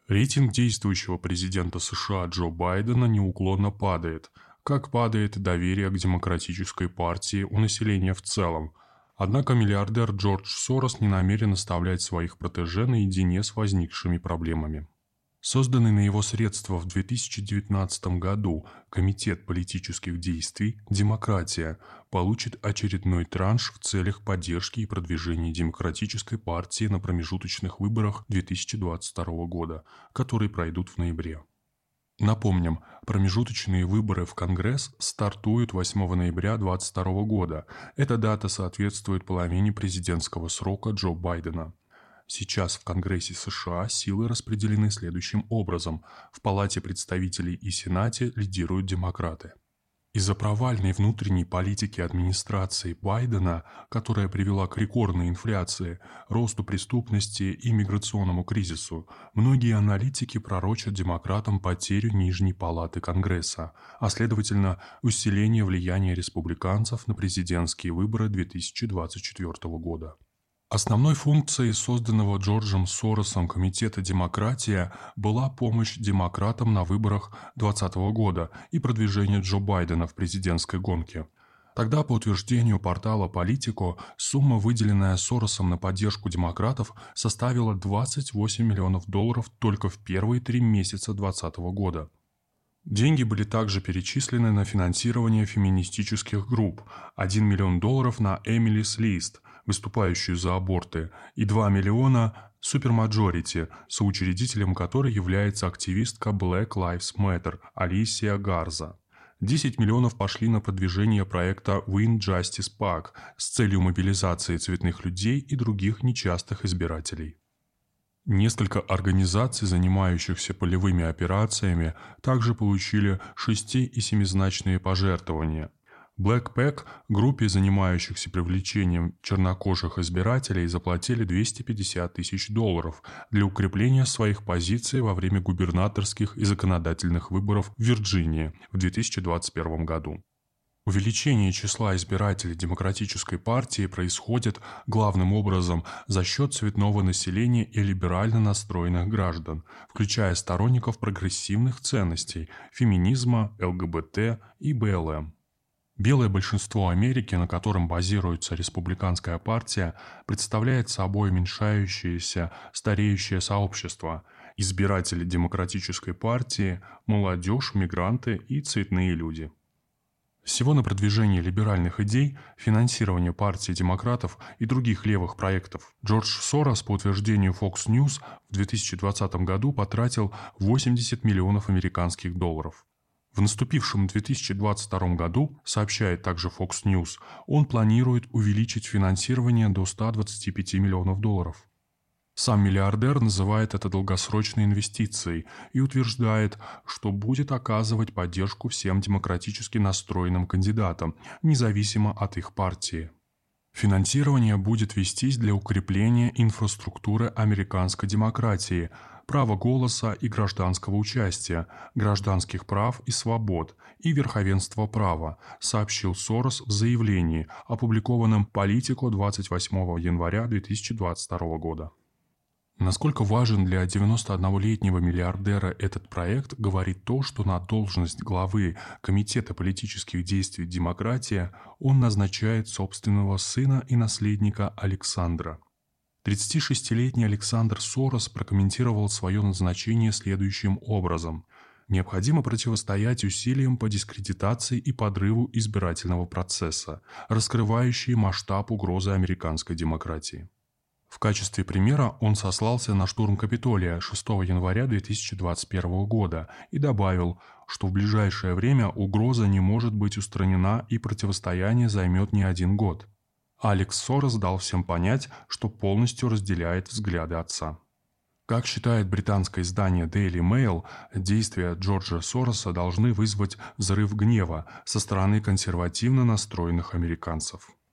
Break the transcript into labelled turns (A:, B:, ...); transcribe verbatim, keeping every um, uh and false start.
A: Рейтинг действующего президента США Джо Байдена неуклонно падает, как падает доверие к демократической партии у населения в целом. Однако миллиардер Джордж Сорос не намерен оставлять своих протеже наедине с возникшими проблемами. Созданный на его средства в две тысячи девятнадцатом году Комитет политических действий «Демократия» получит очередной транш в целях поддержки и продвижения демократической партии на промежуточных выборах две тысячи двадцать второго года, которые пройдут в ноябре. Напомним, промежуточные выборы в Конгресс стартуют восьмого ноября две тысячи двадцать второго года. Эта дата соответствует половине президентского срока Джо Байдена. Сейчас в Конгрессе США силы распределены следующим образом. В Палате представителей и Сенате лидируют демократы. Из-за провальной внутренней политики администрации Байдена, которая привела к рекордной инфляции, росту преступности и миграционному кризису, многие аналитики пророчат демократам потерю нижней палаты Конгресса, а следовательно усиление влияния республиканцев на президентские выборы две тысячи двадцать четвёртого года. Основной функцией созданного Джорджем Соросом Комитета «Демократия» была помощь демократам на выборах две тысячи двадцатого года и продвижение Джо Байдена в президентской гонке. Тогда, по утверждению портала «Политико», сумма, выделенная Соросом на поддержку демократов, составила двадцать восемь миллионов долларов только в первые три месяца две тысячи двадцатого года. Деньги были также перечислены на финансирование феминистических групп, один миллион долларов на Эмилис Лист, выступающую за аборты, и два миллиона Супермаджорити, соучредителем которой является активистка Black Lives Matter Алисия Гарза. десять миллионов пошли на продвижение проекта Win Justice пак с целью мобилизации цветных людей и других нечастых избирателей. Несколько организаций, занимающихся полевыми операциями, также получили шести- и семизначные пожертвования. Black пак, группе, занимающихся привлечением чернокожих избирателей, заплатили двести пятьдесят тысяч долларов для укрепления своих позиций во время губернаторских и законодательных выборов в Вирджинии в две тысячи двадцать первом году. Увеличение числа избирателей Демократической партии происходит главным образом за счет цветного населения и либерально настроенных граждан, включая сторонников прогрессивных ценностей, феминизма, эл гэ бэ тэ и бэ эл эм. Белое большинство Америки, на котором базируется республиканская партия, представляет собой уменьшающееся, стареющее сообщество. Избиратели Демократической партии – молодежь, мигранты и цветные люди. Всего на продвижение либеральных идей, финансирование партии демократов и других левых проектов Джордж Сорос, по утверждению Fox News, в две тысячи двадцатом году потратил восемьдесят миллионов американских долларов. В наступившем две тысячи двадцать втором году, сообщает также Fox News, он планирует увеличить финансирование до ста двадцати пяти миллионов долларов. Сам миллиардер называет это долгосрочной инвестицией и утверждает, что будет оказывать поддержку всем демократически настроенным кандидатам, независимо от их партии. Финансирование будет вестись для укрепления инфраструктуры американской демократии, права голоса и гражданского участия, гражданских прав и свобод и верховенства права, сообщил Сорос в заявлении, опубликованном «Политико» двадцать восьмого января две тысячи двадцать второго года. Насколько важен для девяностооднолетнего миллиардера этот проект, говорит то, что на должность главы Комитета политических действий «Демократия» он назначает собственного сына и наследника Александра. тридцатишестилетний Александр Сорос прокомментировал свое назначение следующим образом: «Необходимо противостоять усилиям по дискредитации и подрыву избирательного процесса, раскрывающие масштаб угрозы американской демократии». В качестве примера он сослался на штурм Капитолия шестого января две тысячи двадцать первого года и добавил, что в ближайшее время угроза не может быть устранена и противостояние займет не один год. Алекс Сорос дал всем понять, что полностью разделяет взгляды отца. Как считает британское издание Daily Mail, действия Джорджа Сороса должны вызвать взрыв гнева со стороны консервативно настроенных американцев.